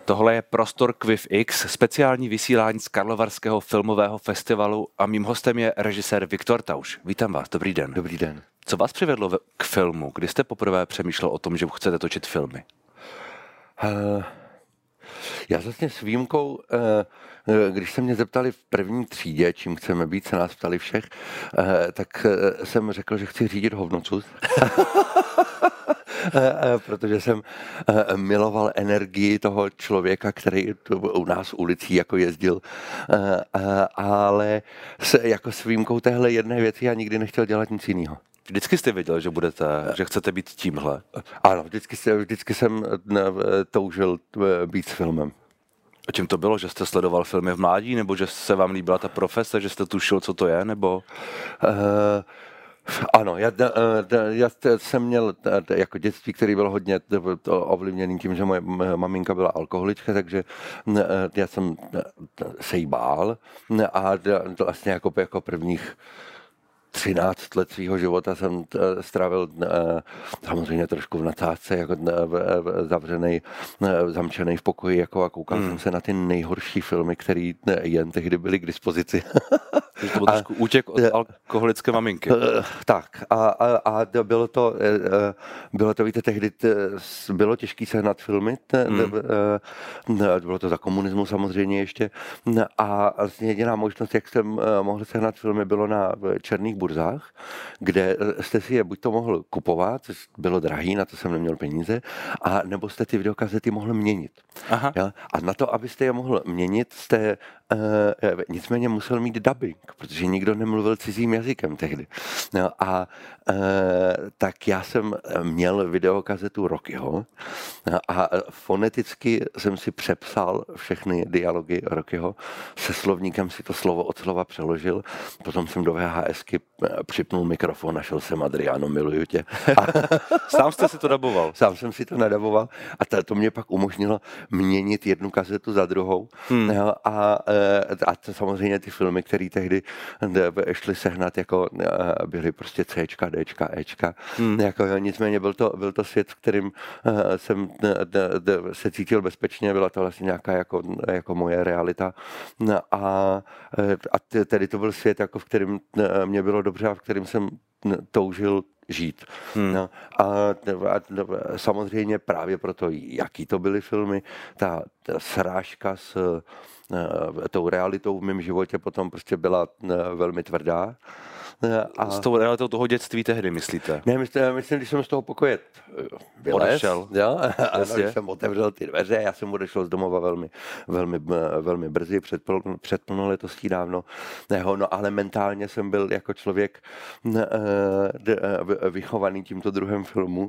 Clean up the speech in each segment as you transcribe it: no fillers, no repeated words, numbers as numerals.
Tohle je Prostor Quiv X, speciální vysílání z Karlovarského filmového festivalu a mým hostem je režisér Viktor Tauš. Vítám vás, dobrý den. Dobrý den. Co vás přivedlo k filmu? Kdy jste poprvé přemýšlel o tom, že chcete točit filmy? Já vlastně s výjimkou, když se mě zeptali v první třídě, čím chceme být, se nás ptali všech, tak jsem řekl, že chci řídit hovnocus. Protože jsem miloval energii toho člověka, který u nás ulicí jako jezdil, ale jako s výjimkou téhle jedné věci já nikdy nechtěl dělat nic jiného. Vždycky jste věděl, že chcete být tímhle? Ano, vždycky jsem toužil být s filmem. A čím to bylo, že jste sledoval filmy v mládí, nebo že se vám líbila ta profese, že jste tušil, co to je, nebo... Ano, já jsem měl jako dětství, který byl hodně ovlivněný tím, že moje maminka byla alkoholička, takže já jsem se jí bál a vlastně jako prvních 13 let svého života jsem strávil samozřejmě trošku v nadsázce, jako zamčenej v pokoji, jako a koukal jsem se na ty nejhorší filmy, které jen tehdy byly k dispozici. To byl trošku útěk od alkoholické maminky. Tak a bylo to, víte, tehdy bylo těžké sehnat filmy, bylo to za komunismu samozřejmě ještě a vlastně jediná možnost, jak jsem mohl sehnat filmy, bylo na černých burzách, kde jste si je buď to mohl kupovat, což bylo drahý, na to jsem neměl peníze, a nebo jste ty videokazety mohl měnit. Ja? A na to, abyste je mohl měnit, jste nicméně musel mít dubbing, protože nikdo nemluvil cizím jazykem tehdy. No, a tak já jsem měl videokazetu Rockyho a foneticky jsem si přepsal všechny dialogy Rockyho, se slovníkem si to slovo od slova přeložil, potom jsem do VHSky připnul mikrofon, našel jsem Adriano, miluju tě. Sám jste si to daboval? Sám jsem si to nadaboval a to mě pak umožnilo měnit jednu kazetu za druhou. A to samozřejmě ty filmy, které tehdy šly sehnat, jako byly prostě Cčka, Dčka, Ečka. Jako, nicméně byl to svět, v kterým jsem se cítil bezpečně, byla to vlastně nějaká jako moje realita. A tedy to byl svět, jako v kterém mě bylo dobře a v kterém jsem toužil žít. No, a samozřejmě právě proto, jaký to byly filmy, ta srážka s tou realitou v mém životě potom prostě byla velmi tvrdá. A s tou realitou toho dětství tehdy, myslíte? Ne, myslím, když jsem z toho pokoje odešel. Jo? Když jsem otevřel ty dveře, já jsem odešel z domova velmi brzy, před plnoletostí dávno. No, ale mentálně jsem byl jako člověk vychovaný tímto druhem filmu.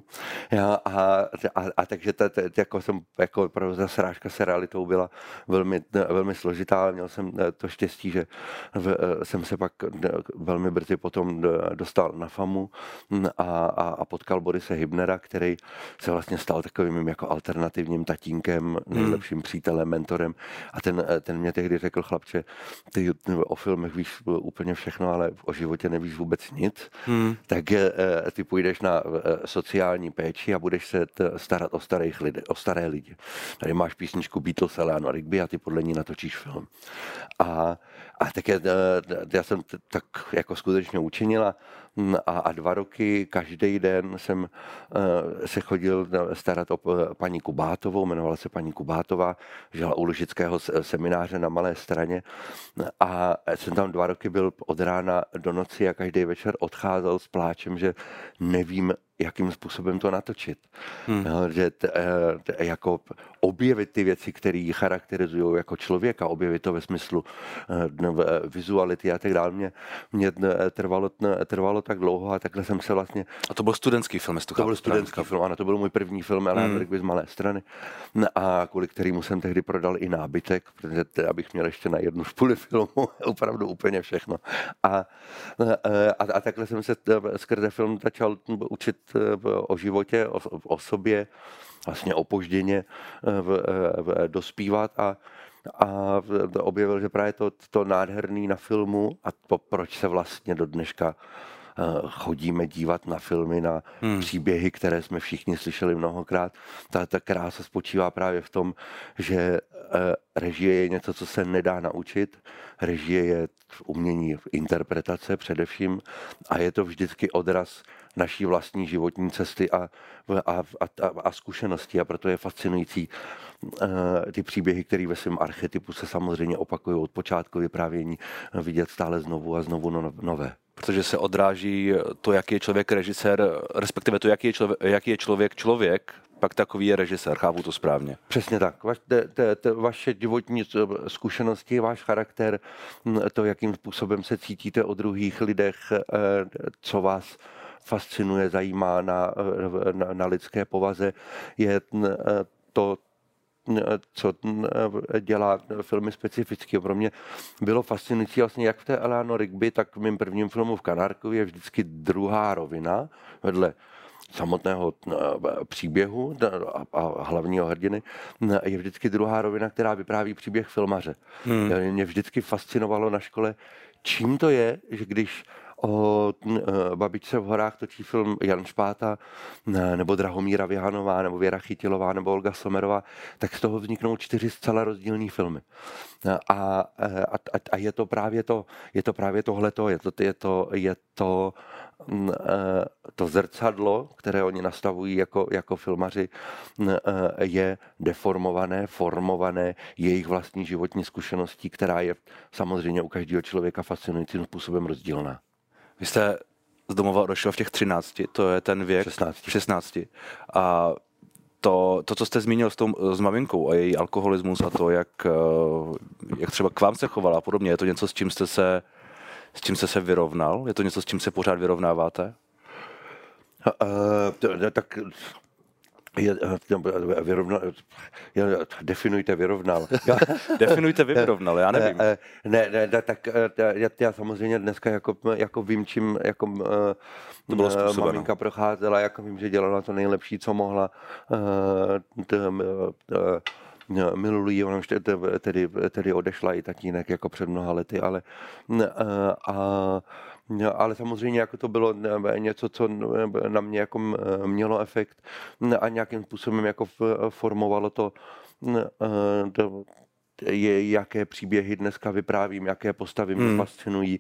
A takže jako jsem, jako ta srážka se realitou byla velmi složitá, ale měl jsem to štěstí, že jsem se pak velmi brzy potom dostal na FAMu a potkal Borise Hybnera, který se vlastně stal takovým jako alternativním tatínkem, nejlepším přítelem, mentorem. A ten mě tehdy řekl: chlapče, ty o filmech víš úplně všechno, ale o životě nevíš vůbec nic. Tak ty půjdeš na sociální péči a budeš se starat o staré lidi. Tady máš písničku Beatles, Eleanor Rigby a ty podle ní natočíš film. A tak já jsem tak jako skutečně učinila a 2 roky každý den jsem se chodil starat o paní Kubátovou, jmenovala se paní Kubátová, žila u Lužického semináře na Malé Straně a jsem tam 2 roky byl od rána do noci a každý večer odcházel s pláčem, že nevím, jakým způsobem to natočit. Že jako objevit ty věci, které ji charakterizují jako člověka, objevit to ve smyslu vizuality a tak dále. Mě trvalo tak dlouho a takhle jsem se vlastně... A to byl studentský film, To byl studentský film, ano, to byl můj první film, Eleanor Rigby z Malé Strany, a kvůli kterému jsem tehdy prodal i nábytek, protože abych měl ještě na jednu špuli filmu, opravdu úplně všechno. A takhle jsem se skrze film začal učit o životě, o sobě, vlastně opožděně dospívat a objevil, že právě to nádherný na filmu a to, proč se vlastně do dneška chodíme dívat na filmy, na příběhy, které jsme všichni slyšeli mnohokrát. Ta krása spočívá právě v tom, že režie je něco, co se nedá naučit. Režie je umění interpretace především a je to vždycky odraz naší vlastní životní cesty a zkušenosti a proto je fascinující ty příběhy, které ve svém archetypu se samozřejmě opakují od počátku vyprávění, vidět stále znovu a znovu nové. Protože se odráží to, jaký je člověk režisér, respektive to, jaký je člověk, pak takový je režisér, chápu to správně. Přesně tak. Vaše životní zkušenosti, váš charakter, to, jakým způsobem se cítíte o druhých lidech, co vás fascinuje, zajímá na lidské povaze, je to, co dělá filmy specificky. Pro mě bylo fascinující vlastně jak v té Eleanor Rigby, tak v mém prvním filmu v Kanárkovi je vždycky druhá rovina vedle samotného příběhu a hlavního hrdiny je vždycky druhá rovina, která vypráví příběh filmaře. Mě vždycky fascinovalo na škole, čím to je, že když o Babičce v horách točí film Jan Špáta, nebo Drahomíra Věhanová, nebo Věra Chytilová, nebo Olga Sommerová, tak z toho vzniknou 4 zcela rozdílný filmy. A je to právě tohleto, je to zrcadlo, které oni nastavují jako filmaři, je deformované, formované jejich vlastní životní zkušeností, která je samozřejmě u každého člověka fascinujícím způsobem rozdílná. Vy jste z domova odešel v těch 13, to je ten věk 16. A to, co jste zmínil s maminkou a její alkoholismus a to, jak třeba k vám se chovala a podobně, je to něco, s čím jste se vyrovnal? Je to něco, s čím se pořád vyrovnáváte? Tak definujte vyrovnal. Definujte vyrovnal, já nevím. Tak já samozřejmě dneska jako vím, čím to bylo způsobeno. Maminka procházela, jako vím, že dělala to nejlepší, co mohla. Miluji, ona už tedy odešla i tatínek jako před mnoha lety, ale samozřejmě jako to bylo něco, co na mě jako mělo efekt a nějakým způsobem jako formovalo to, jaké příběhy dneska vyprávím, jaké postavy mě fascinují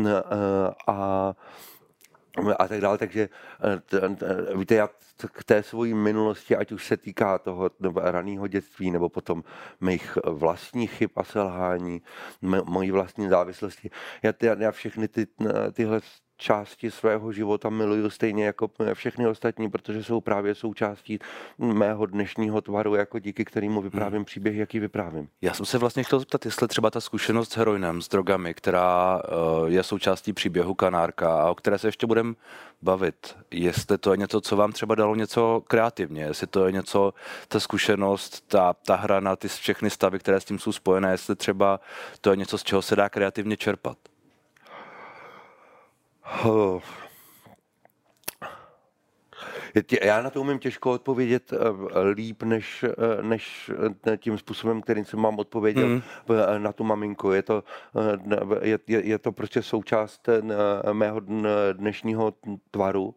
a tak dále. Takže víte, já k té svojí minulosti, ať už se týká toho raného dětství, nebo potom mých vlastních chyb a selhání, mojí vlastní závislosti. Já všechny tyhle části svého života miluju stejně jako všechny ostatní, protože jsou právě součástí mého dnešního tvaru, jako díky kterému vyprávím příběh, jaký vyprávím. Já jsem se vlastně chtěl zeptat, jestli třeba ta zkušenost s heroinem, s drogami, která je součástí příběhu Kanárka a o které se ještě budeme bavit, jestli to je něco, co vám třeba dalo něco kreativně, jestli to je něco, ta zkušenost, ta hra na ty všechny stavy, které s tím jsou spojené, jestli třeba to je něco, z čeho se dá kreativně čerpat. Já na to umím těžko odpovědět líp, než tím způsobem, kterým jsem mám odpověděl na tu maminku. Je to prostě součást mého dnešního tvaru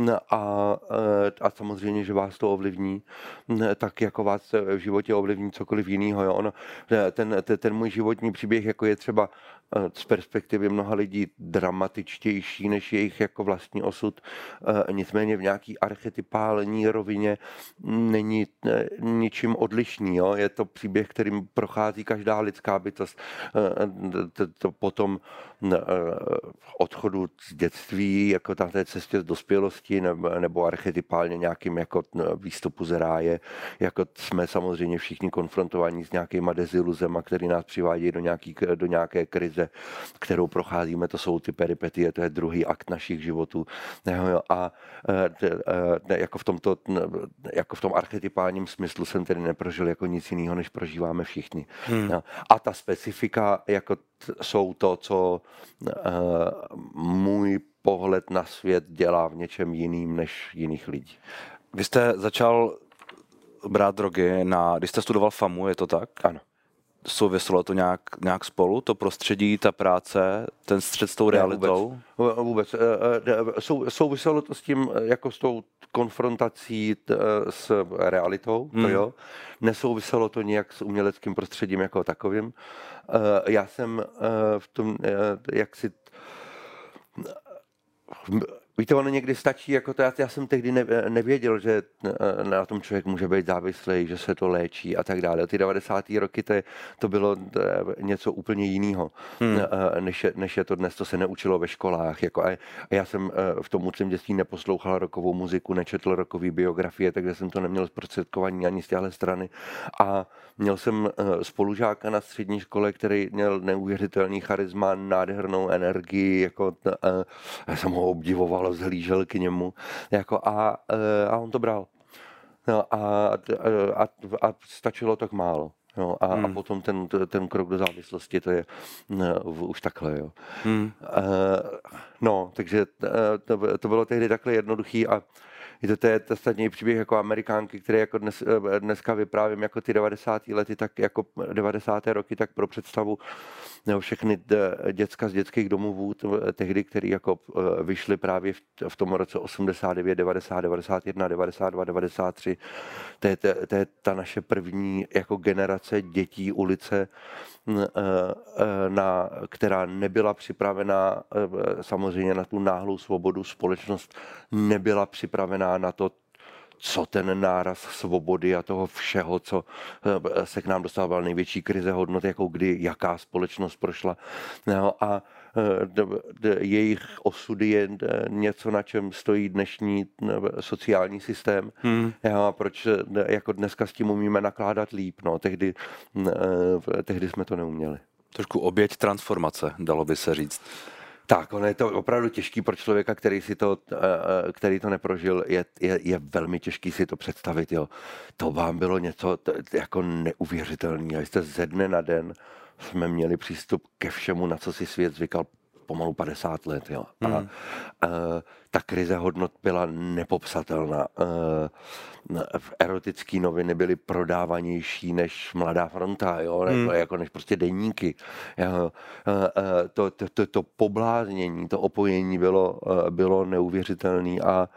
a samozřejmě, že vás to ovlivní, tak jako vás v životě ovlivní cokoliv jiného. Jo? Ten můj životní příběh jako je třeba z perspektivy mnoha lidí dramatičtější než jejich jako vlastní osud. Nicméně v nějaký archetypální rovině není ničím odlišný. Jo? Je to příběh, kterým prochází každá lidská bytost. To potom odchodu z dětství, jako na té cestě z dospělosti, nebo archetypálně nějakým jako výstupu z ráje, jako jsme samozřejmě všichni konfrontovaní s nějakýma deziluzema, které nás přivádějí do nějaké krize, kterou procházíme, to jsou ty peripetie, to je druhý akt našich životů. A jako v tom archetypálním smyslu jsem tedy neprožil jako nic jiného, než prožíváme všichni. A ta specifika jako jsou to, co můj pohled na svět dělá v něčem jiným než jiných lidí. Vy jste začal brát drogy, když jste studoval FAMU, je to tak? Ano. souviselo to nějak spolu, to prostředí, ta práce, ten střed s tou realitou? Vůbec. Souviselo to s tím, jako s tou konfrontací s realitou, to jo. Nesouviselo to nějak s uměleckým prostředím jako takovým. Já jsem v tom, jak si... Víte, ono někdy stačí, jako to, já jsem tehdy nevěděl, že na tom člověk může být závislý, že se to léčí a tak dále. Ty 90. roky to bylo něco úplně jiného, než je to dnes, to se neučilo ve školách. Jako, a já jsem v tom útlém dětství neposlouchal rockovou muziku, nečetl rockové biografie, takže jsem to neměl zprostředkovaný ani z téhle strany. A měl jsem spolužáka na střední škole, který měl neuvěřitelný charisma, nádhernou energii, jako, já jsem ho obdivoval, zhlížel k němu, jako, a on to bral. No, a stačilo tak málo. Jo, a potom ten krok do závislosti, to je už takhle. Jo. No, takže to bylo tehdy takhle jednoduchý a to je ostatní příběh jako Amerikánky, které jako dneska vyprávím jako ty 90. lety, tak jako 90. roky, tak pro představu všechny děcka z dětských domovů tehdy, který jako vyšly právě v tom roce 89, 90, 91, 92, 93. To je ta naše první jako generace dětí ulice, která nebyla připravená samozřejmě na tu náhlou svobodu. Společnost nebyla připravená na to, co ten náraz svobody a toho všeho, co se k nám dostávala největší krize hodnot, jako kdy jaká společnost prošla. No a jejich osudy je něco, na čem stojí dnešní sociální systém. A proč jako dneska s tím umíme nakládat líp? No, tehdy jsme to neuměli. Trošku oběť transformace, dalo by se říct. Tak, ono je to opravdu těžký pro člověka, který to neprožil, je velmi těžký si to představit. Jo. To vám bylo něco jako neuvěřitelné. A jste ze dne na den jsme měli přístup ke všemu, na co si svět zvykal pomalu 50 let. Jo. A ta krize hodnot byla nepopsatelná. Erotické noviny byly prodávanější než Mladá fronta, jo? Jako než prostě deníky. To pobláznění, to opojení bylo neuvěřitelné a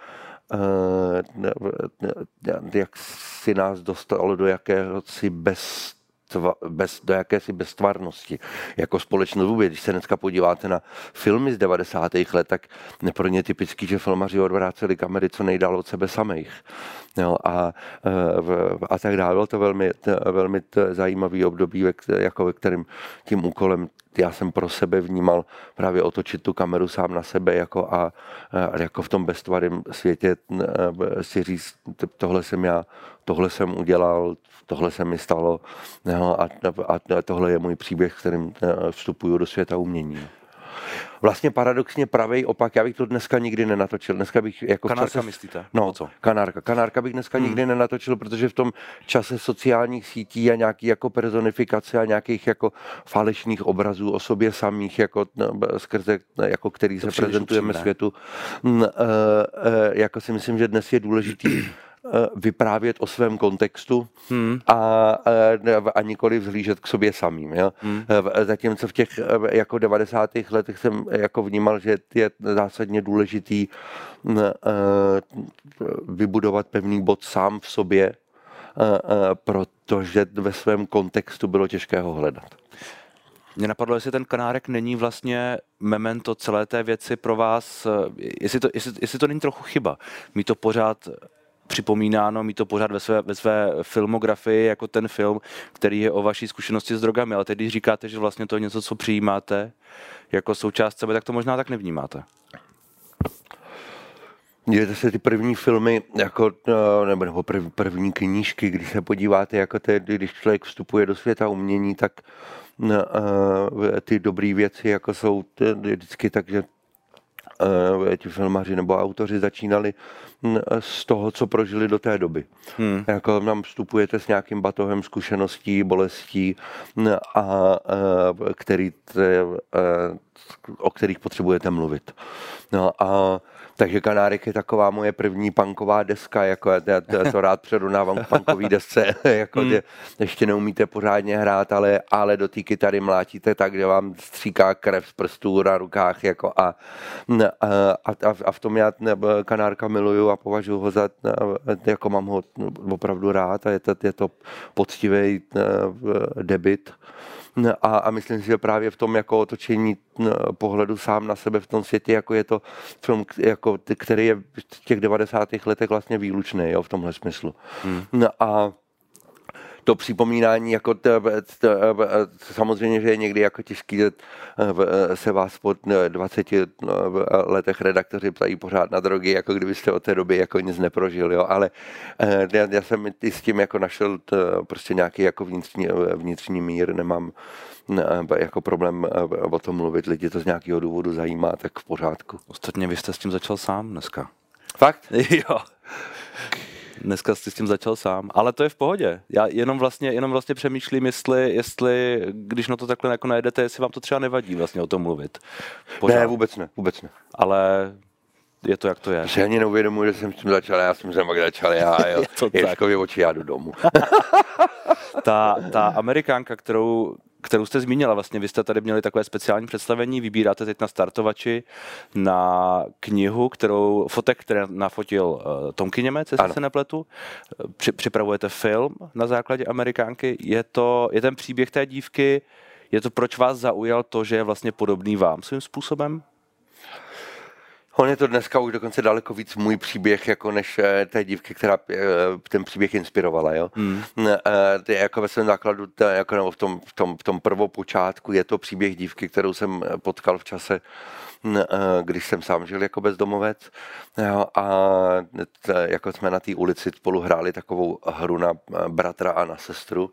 jak si nás dostalo do jakéhosi do jakési beztvarnosti jako společnost vůbec. Když se dneska podíváte na filmy z 90. let, tak pro ně typický, že filmaři odvráceli kamery co nejdál od sebe samých. Jo, a tak dále. Bylo to velmi zajímavý období, ve kterém tím úkolem já jsem pro sebe vnímal právě otočit tu kameru sám na sebe a jako v tom beztvarém světě si říct, tohle jsem já, tohle jsem udělal, tohle se mi stalo, no, a tohle je můj příběh, kterým vstupuju do světa umění. Vlastně paradoxně pravej opak, já bych to dneska nikdy nenatočil. Dneska bych jako Kanárka myslíte? No, co? Kanárka bych dneska nikdy nenatočil, protože v tom čase sociálních sítí a nějaký jako personifikace a nějakých jako falešných obrazů o sobě samých, jako skrze, jako který to se prezentujeme světu, jako si myslím, že dnes je důležitý vyprávět o svém kontextu a nikoli vzhlížet k sobě samým. Jo? Zatímco v těch jako 90. letech jsem jako vnímal, že je zásadně důležitý vybudovat pevný bod sám v sobě, protože ve svém kontextu bylo těžké ho hledat. Mně napadlo, jestli ten Kanárek není vlastně memento celé té věci pro vás, jestli to není trochu chyba. Mít to pořád připomínáno, mít to pořád ve své filmografii jako ten film, který je o vaší zkušenosti s drogami, ale teď, když říkáte, že vlastně to je něco, co přijímáte jako součást sebe, tak to možná tak nevnímáte. Dějete se ty první filmy, jako, nebo první knížky, když se podíváte, jako když člověk vstupuje do světa umění, tak ty dobré věci jako jsou vždycky tak, že ti filmaři nebo autoři začínali z toho, co prožili do té doby. Jako nám vstupujete s nějakým batohem zkušeností, bolestí, o kterých potřebujete mluvit. No a takže Kanárek je taková moje první punková deska, jako já to rád přerovnávám k punkové desce, jako ještě neumíte pořádně hrát, ale do té kytary mlátíte tak, že vám stříká krev z prstů na rukách, jako a v tom já Kanárka miluju a považuji ho za, jako mám ho opravdu rád a je to poctivý debut. A myslím si, že právě v tom jako otočení pohledu sám na sebe v tom světě, jako je to film, jako, který je v těch 90. letech vlastně výlučný, jo, v tomhle smyslu. A to připomínání, jako samozřejmě, že je někdy jako těžký se vás po 20 letech redaktoři ptají pořád na drogy, jako kdybyste od té doby jako nic neprožil, jo, ale já jsem i s tím jako našel prostě nějaký jako vnitřní mír, nemám jako problém o tom mluvit, lidi to z nějakého důvodu zajímá, tak v pořádku. Ostatně vy jste s tím začal sám dneska. Fakt? Jo. Dneska jsi s tím začal sám, ale to je v pohodě. Já jenom vlastně přemýšlím, jestli když na to takhle jako najedete, jestli vám to třeba nevadí vlastně o tom mluvit. Pořád. Ne, vůbec ne. Ale je to, jak to je. Já si ani neuvědomuji, že jsem s tím začal, já jsem pak začal, jo. Ježkově oči, já jdu domů. Ta Amerikánka, kterou jste zmínila, vlastně vy jste tady měli takové speciální představení, vybíráte teď na startovači na knihu, fotek, které nafotil Tomky Němec, jestli se nepletu. Připravujete film na základě Amerikánky. Je ten příběh té dívky, je to proč vás zaujal to, že je vlastně podobný vám svým způsobem? On je to dneska už dokonce daleko víc můj příběh, jako než té dívky, která ten příběh inspirovala. Jo? Jako ve svém základu, jako v tom prvopočátku je to příběh dívky, kterou jsem potkal v čase, když jsem sám žil jako bezdomovec. Jo, a jako jsme na té ulici spolu hráli takovou hru na bratra a na sestru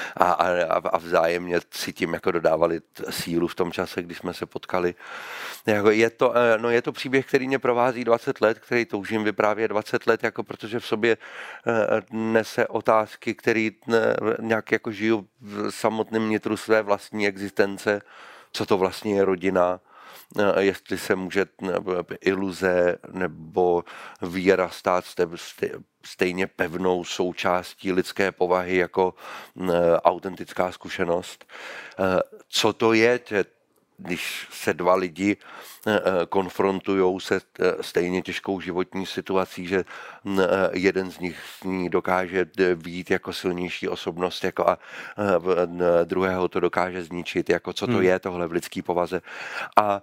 a vzájemně si tím jako dodávali sílu v tom čase, když jsme se potkali. Jako je to příběh, který mě provází 20 let, který toužím vyprávět 20 let, jako protože v sobě nese otázky, který nějak jako žiju v samotném nitru své vlastní existence, co to vlastně je rodina, jestli se může iluze nebo víra stát stejně pevnou součástí lidské povahy jako autentická zkušenost. Co to je, když se dva lidi konfrontujou se stejně těžkou životní situací, že jeden z nich z ní dokáže být jako silnější osobnost jako a druhého to dokáže zničit, jako co to je tohle v lidský povaze. A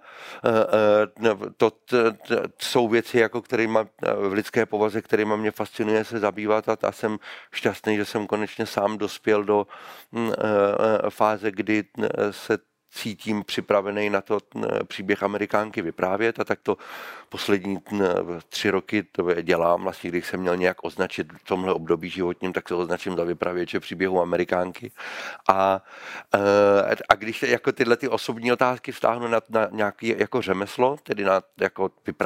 to jsou věci, jako kterýma v lidské povaze, kterýma mě fascinuje se zabývat a jsem šťastný, že jsem konečně sám dospěl do fáze, kdy se cítím připravený na to příběh Amerikánky vyprávět a tak to poslední 3 roky to dělám. Vlastně, když jsem měl nějak označit v tomhle období životním, tak se označím za vypravěče příběhu Amerikánky. A když jako tyhle ty osobní otázky vztáhnu na nějaké jako řemeslo, tedy na jako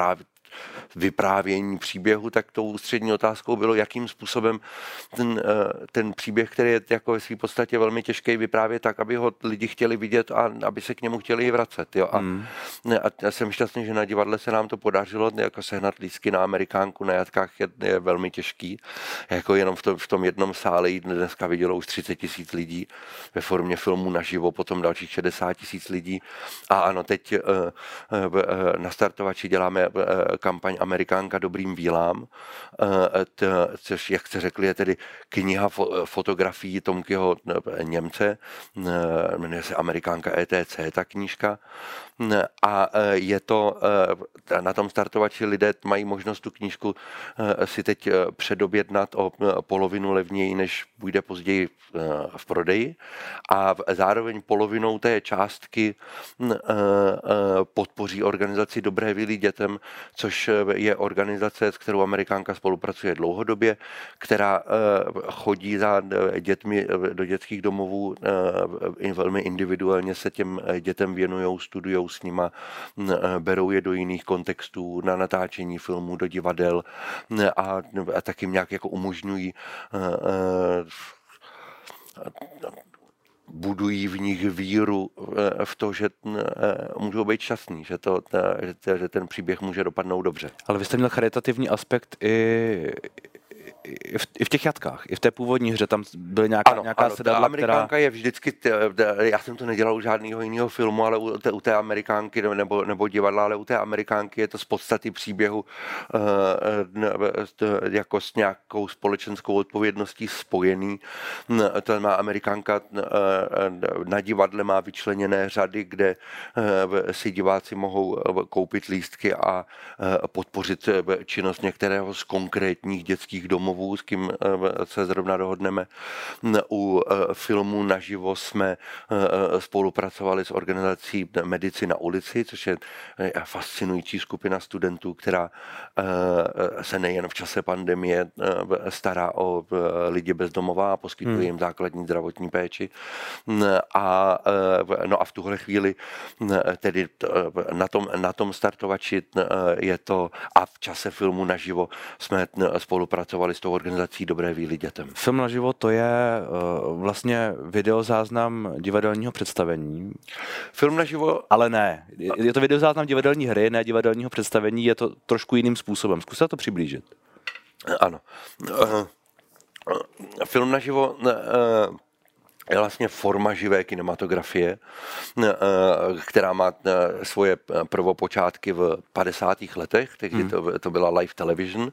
vyprávění příběhu, tak tou ústřední otázkou bylo, jakým způsobem ten příběh, který je jako ve své podstatě velmi těžký vyprávět tak, aby ho lidi chtěli vidět a aby se k němu chtěli vracet. Jo? A já jsem šťastný, že na divadle se nám to podařilo, jako sehnat lístky na Amerikánku na jatkách je velmi těžký. Jako jenom v tom jednom sále jí dneska vidělo už 30 000 lidí ve formě filmů naživo, potom dalších 60 000 lidí. A ano, teď na startovači děláme kampaň Amerikánka dobrým vílám, což, jak jste řekli, je tedy kniha fotografií Tomkyho Němce, jmenuje se Amerikánka ETC, ta knížka. A je to, na tom startovači lidé mají možnost tu knížku si teď předobjednat o polovinu levněji, než bude později v prodeji. A zároveň polovinou té částky podpoří organizaci Dobré víly dětem, což což je organizace, s kterou Amerikánka spolupracuje dlouhodobě, která chodí za dětmi do dětských domovů, velmi individuálně se těm dětem věnují, studují s nima, berou je do jiných kontextů, na natáčení filmů, do divadel a taky nějak jako umožňují budují v nich víru v to, že můžou být šťastní, že ten příběh může dopadnout dobře. Ale vy jste měl charitativní aspekt i v těch jatkách, i v té původní hře, tam byly nějaká sedadla, Amerikánka je vždycky, já jsem to nedělal u žádného jiného filmu, ale u té Amerikánky nebo divadla, ale u té Amerikánky je to z podstaty příběhu jako s nějakou společenskou odpovědností spojený. To má Amerikánka na divadle má vyčleněné řady, kde si diváci mohou koupit lístky a podpořit činnost některého z konkrétních dětských domovů, s kým se zrovna dohodneme. U filmů naživo jsme spolupracovali s organizací Medici na ulici, což je fascinující skupina studentů, která se nejen v čase pandemie stará o lidi bezdomová a poskytuje jim základní zdravotní péči. A v tuhle chvíli tedy na tom startovači je to a v čase filmu naživo jsme spolupracovali s tou organizací Dobré víly dětem. Film naživo to je vlastně videozáznam divadelního představení. Film naživo? Ale ne. Je to videozáznam divadelní hry, ne divadelního představení, je to trošku jiným způsobem. Zkuste to přiblížit. Ano. Film naživo je vlastně forma živé kinematografie, která má svoje prvopočátky v 50. letech, tehdy to byla live television.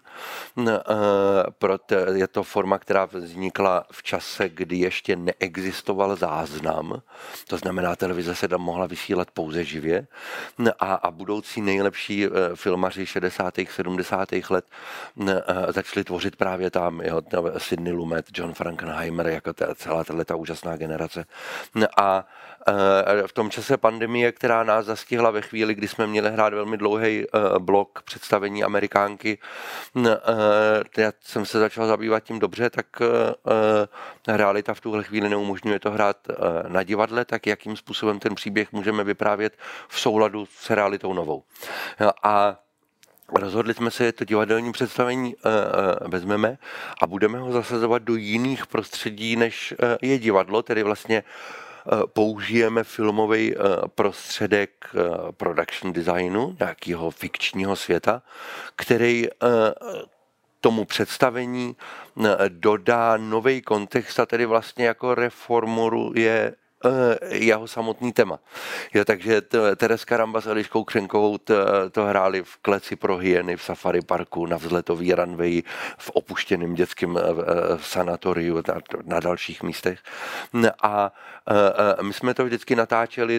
Je to forma, která vznikla v čase, kdy ještě neexistoval záznam, to znamená, televize se tam mohla vysílat pouze živě a budoucí nejlepší filmaři 60. 70. let začali tvořit právě tam, Sidney Lumet, John Frankenheimer, jako celá ta úžasná generace. A v tom čase pandemie, která nás zastihla ve chvíli, kdy jsme měli hrát velmi dlouhý blok představení Amerikánky, já jsem se začal zabývat tím dobře, tak realita v tuhle chvíli neumožňuje to hrát na divadle, tak jakým způsobem ten příběh můžeme vyprávět v souladu s realitou novou. A rozhodli jsme se, že to divadelní představení vezmeme a budeme ho zasazovat do jiných prostředí, než je divadlo, tedy vlastně použijeme filmový prostředek production designu, nějakého fikčního světa, který tomu představení dodá nový kontext a tedy vlastně jako reformuje jeho samotný téma. Takže Tereska Ramba s Eliškou Křenkovou to hráli v Kleci pro hyeny, v Safari parku, na vzletový runway, v opuštěném dětském sanatoriu na dalších místech. A my jsme to vždycky natáčeli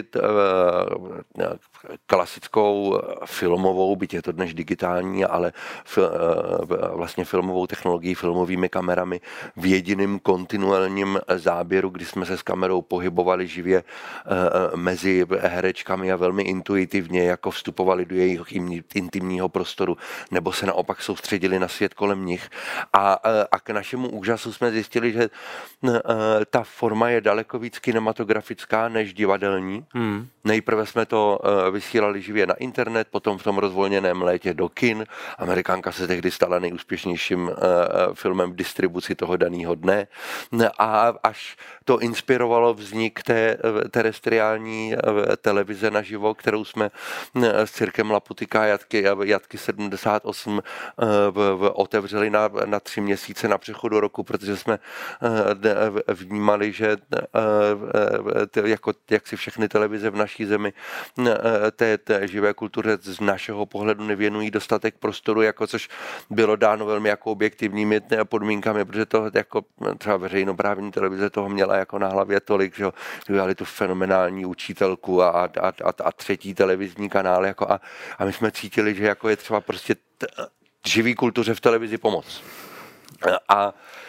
klasickou filmovou, byť je to dnes digitální, ale vlastně filmovou technologií, filmovými kamerami v jediném kontinuálním záběru, kdy jsme se s kamerou pohybovali živě mezi herečkami a velmi intuitivně jako vstupovali do jejich intimního prostoru nebo se naopak soustředili na svět kolem nich. A k našemu úžasu jsme zjistili, že ta forma je daleko víc kinematografická než divadelní. Nejprve jsme to vysílali živě na internet, potom v tom rozvolněném létě do kin. Amerikánka se tehdy stala nejúspěšnějším filmem v distribuci toho daného dne. A až to inspirovalo vznik té terestriální televize naživo, kterou jsme s Cirkem Laputika a Jatky 78 otevřeli na 3 měsíce na přechodu roku, protože jsme vnímali, že jak si všechny televize v naší zemi té živé kultuře z našeho pohledu nevěnují dostatek prostoru, což bylo dáno velmi jako objektivními podmínkami, protože to jako třeba veřejnoprávní televize toho měla jako na hlavě tolik, že dělali tu fenomenální učitelku a 3. televizní kanál a my jsme cítili, že jako je třeba prostě živý kultuře v televizi pomoct. A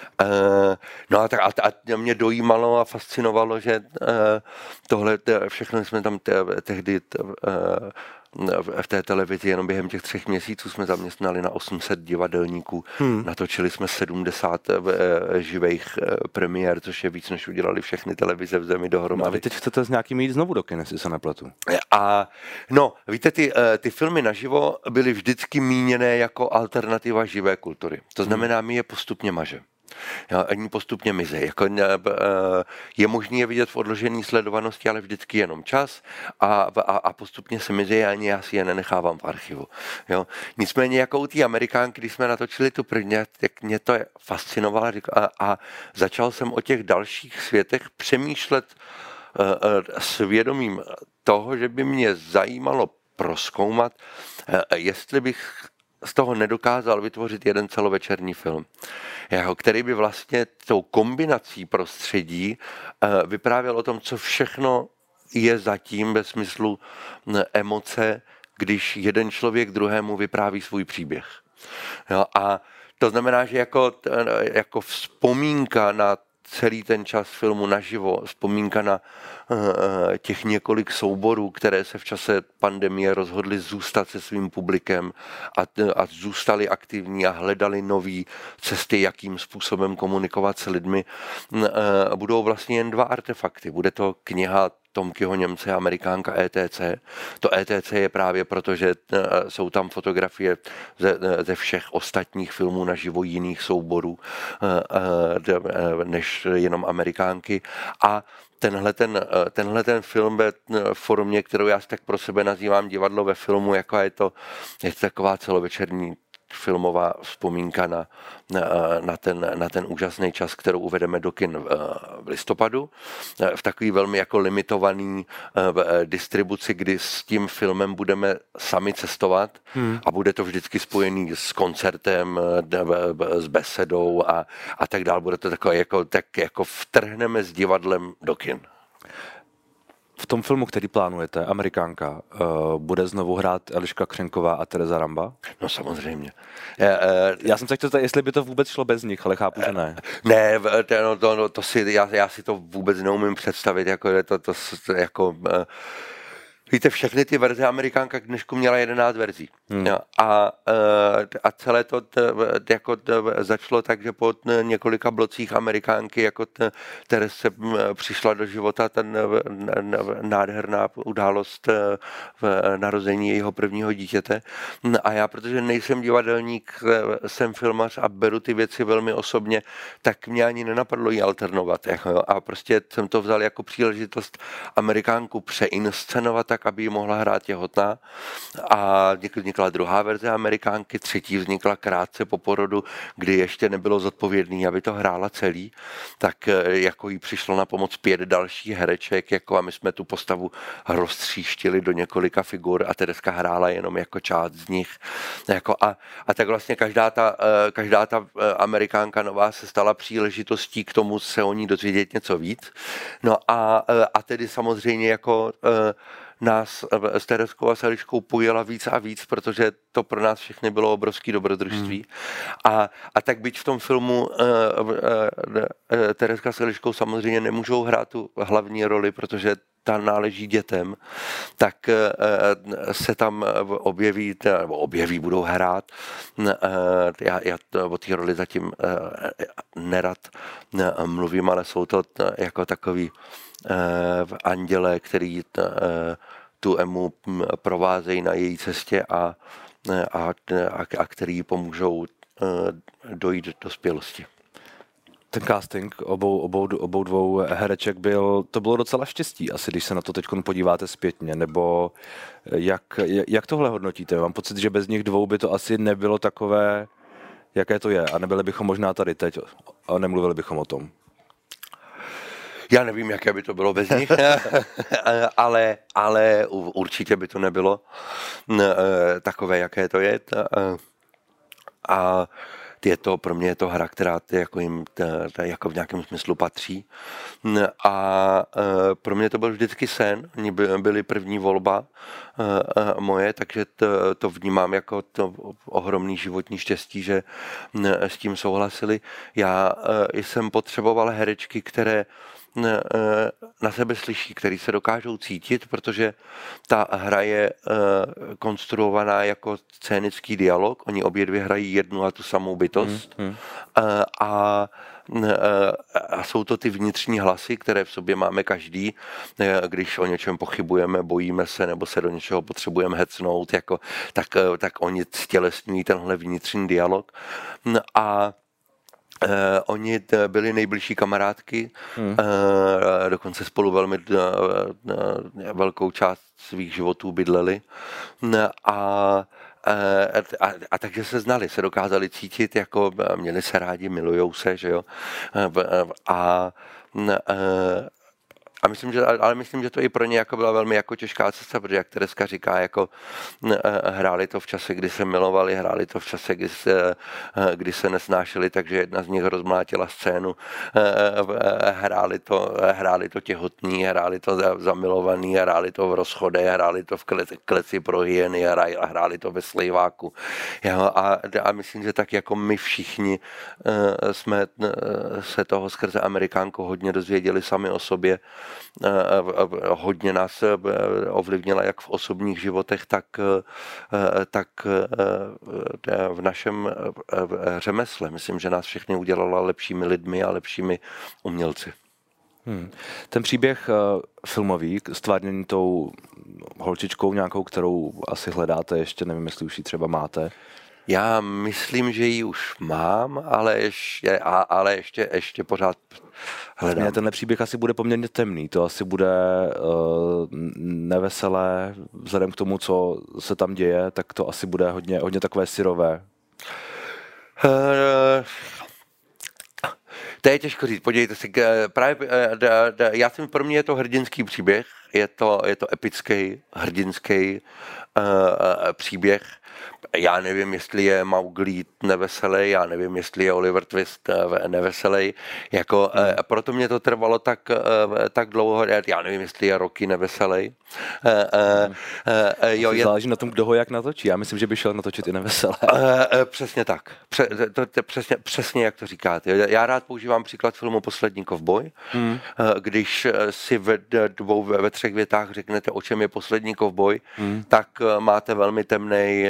mě dojímalo a fascinovalo, že tohle všechno jsme tam tehdy v té televizi jenom během těch 3 měsíců jsme zaměstnali na 800 divadelníků. Natočili jsme 70 živých premiér, což je víc, než udělali všechny televize v zemi dohromady. No a vy teď chcete s nějakým jít znovu do kin, jestli se nepletu. A no, víte, ty filmy naživo byly vždycky míněné jako alternativa živé kultury. To znamená, my je postupně mažeme. Oni postupně mizí. Je možné je vidět v odložené sledovanosti, ale vždycky jenom čas a postupně se mizí a ani já si je nenechávám v archivu. Jo. Nicméně jako u té Amerikánky, když jsme natočili tu první, tak mě to fascinovalo a začal jsem o těch dalších světech přemýšlet s vědomím toho, že by mě zajímalo prozkoumat, jestli bych z toho nedokázal vytvořit jeden celovečerní film, který by vlastně tou kombinací prostředí vyprávěl o tom, co všechno je zatím ve smyslu emoce, když jeden člověk druhému vypráví svůj příběh. Jo, a to znamená, že jako vzpomínka na celý ten čas filmu naživo, vzpomínka na těch několik souborů, které se v čase pandemie rozhodly zůstat se svým publikem a zůstali aktivní a hledali nové cesty, jakým způsobem komunikovat s lidmi, budou vlastně jen 2 artefakty. Bude to kniha Tomkyho Němce, Amerikánka ETC. To ETC je právě proto, že jsou tam fotografie ze všech ostatních filmů naživo jiných souborů než jenom Amerikánky. A tenhle ten film ve formě, kterou já tak pro sebe nazývám divadlo ve filmu, jako je to taková celovečerní filmová vzpomínka na ten úžasný čas, kterou uvedeme do kin v listopadu, v takový velmi jako limitovaný distribuci, kdy s tím filmem budeme sami cestovat a bude to vždycky spojený s koncertem, s besedou a tak dál. Bude to takové jako vtrhneme s divadlem do kin. V tom filmu, který plánujete, Amerikánka, bude znovu hrát Eliška Křenková a Tereza Ramba? No samozřejmě. Já jsem se chtěl, jestli by to vůbec šlo bez nich, ale chápu, že ne. Ne, já si to vůbec neumím představit, víte, všechny ty verze Amerikánka k dnešku měla 11 verzí. A celé to začalo tak, že po několika blocích Amerikánky jako Terese přišla do života ten nádherná událost v narození jejího prvního dítěte. A já, protože nejsem divadelník, jsem filmař a beru ty věci velmi osobně, tak mě ani nenapadlo jí alternovat. A prostě jsem to vzal jako příležitost Amerikánku přeinscenovat tak, aby ji mohla hrát těhotná. A vznikla druhá verze Amerikánky, třetí vznikla krátce po porodu, kdy ještě nebylo zodpovědný, aby to hrála celý. Tak jako jí přišlo na pomoc 5 dalších hereček, a my jsme tu postavu roztříštili do několika figur a Tereska hrála jenom jako část z nich. A tak vlastně každá ta Amerikánka nová se stala příležitostí k tomu se o ní dozvědět něco víc. No a tedy samozřejmě nás s Tereskou a s Eliškou pojela víc a víc, protože to pro nás všechny bylo obrovský dobrodružství. A tak byť v tom filmu Tereska s Eliškou samozřejmě nemůžou hrát tu hlavní roli, protože ta náleží dětem, tak se tam objeví, budou hrát. Já o té roli zatím nerad mluvím, ale jsou to jako takový anděle, který tu Emu provázejí na její cestě a který pomůžou dojít do dospělosti. Ten casting obou dvou hereček to bylo docela štěstí, asi když se na to teď podíváte zpětně, nebo jak tohle hodnotíte? Mám pocit, že bez nich dvou by to asi nebylo takové, jaké to je, a nebyli bychom možná tady teď a nemluvili bychom o tom. Já nevím, jaké by to bylo bez nich, ale určitě by to nebylo takové, jaké to je. A pro mě je to hra, která jim jako v nějakém smyslu patří. A pro mě to byl vždycky sen. Oni byli první volba moje, takže to vnímám jako to ohromný životní štěstí, že s tím souhlasili. Já jsem potřeboval herečky, které na sebe slyší, který se dokážou cítit, protože ta hra je konstruovaná jako scénický dialog. Oni obě dvě hrají jednu a tu samou bytost. A jsou to ty vnitřní hlasy, které v sobě máme každý, když o něčem pochybujeme, bojíme se nebo se do něčeho potřebujeme hecnout, tak oni stělesňují tenhle vnitřní dialog. A oni byli nejbližší kamarádky, dokonce spolu velmi velkou část svých životů bydleli. A takže se znali, se dokázali cítit, jako měli se rádi, milujou se, že jo. Myslím, že to i pro ně jako byla velmi jako těžká cesta, protože jak Tereska říká, jako hráli to v čase, kdy se milovali, hráli to v čase, kdy se nesnášeli, takže jedna z nich rozmlátila scénu, hráli to těhotní, hráli to zamilovaný, hráli to v rozchodě, hráli to v kleci pro hyeny, hráli to ve slejváku. A myslím, že tak jako my všichni jsme se toho skrze Amerikánku hodně dozvěděli sami o sobě, hodně nás ovlivnila jak v osobních životech, tak v našem řemesle. Myslím, že nás všechny udělala lepšími lidmi a lepšími umělci. Ten příběh filmový, stvárněný tou holčičkou nějakou, kterou asi hledáte, ještě nevím, jestli už ji třeba máte. Já myslím, že ji už mám, ale ještě pořád hledám. Vlastně tenhle příběh asi bude poměrně temný, to asi bude neveselé, vzhledem k tomu, co se tam děje, tak to asi bude hodně takové syrové. To je těžko říct, podívejte se, pro mě je to hrdinský příběh, je to epický, hrdinský příběh. Já nevím, jestli je Mowgli neveselý, já nevím, jestli je Oliver Twist neveselý. Proto mě to trvalo tak dlouho, já nevím, jestli je Rocky neveselý. Záleží na tom, kdo ho jak natočí. Já myslím, že by šel natočit i neveselé. Přesně tak. Přesně jak to říkáte. Já rád používám příklad filmu Poslední kovboj. Když si ve 3 větách řeknete, o čem je Poslední kovboj, tak máte velmi temný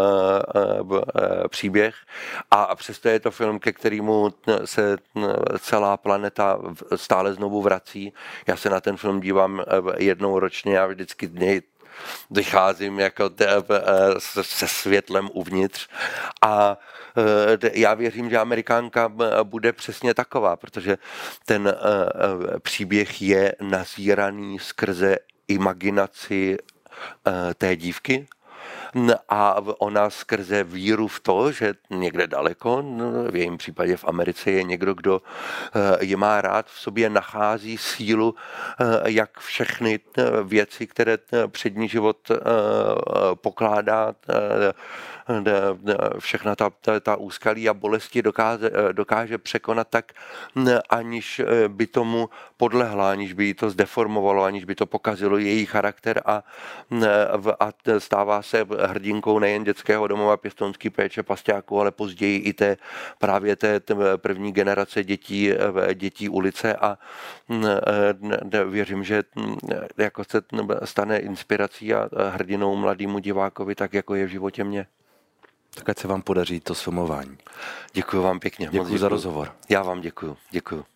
příběh a přesto je to film, ke kterému se celá planeta stále znovu vrací. Já se na ten film dívám jednou ročně a vždycky dny vycházím jako se světlem uvnitř a já věřím, že Amerikánka bude přesně taková, protože ten příběh je nazíraný skrze imaginaci té dívky, a ona skrze víru v to, že někde daleko, v jejím případě v Americe, je někdo, kdo je má rád, v sobě nachází sílu, jak všechny věci, které přední život pokládá, všechna ta úskalí a bolesti dokáže překonat tak, aniž by tomu podlehla, aniž by jí to zdeformovalo, aniž by to pokazilo její charakter a stává se hrdinkou nejen dětského domova pěstounský péče pasťáků, ale později i právě té první generace dětí ulice a věřím, že jako se stane inspirací a hrdinou mladému divákovi, tak jako je v životě mě. Tak ať se vám podaří to sfilmování. Děkuji vám pěkně. Děkuji za rozhovor. Já vám děkuji.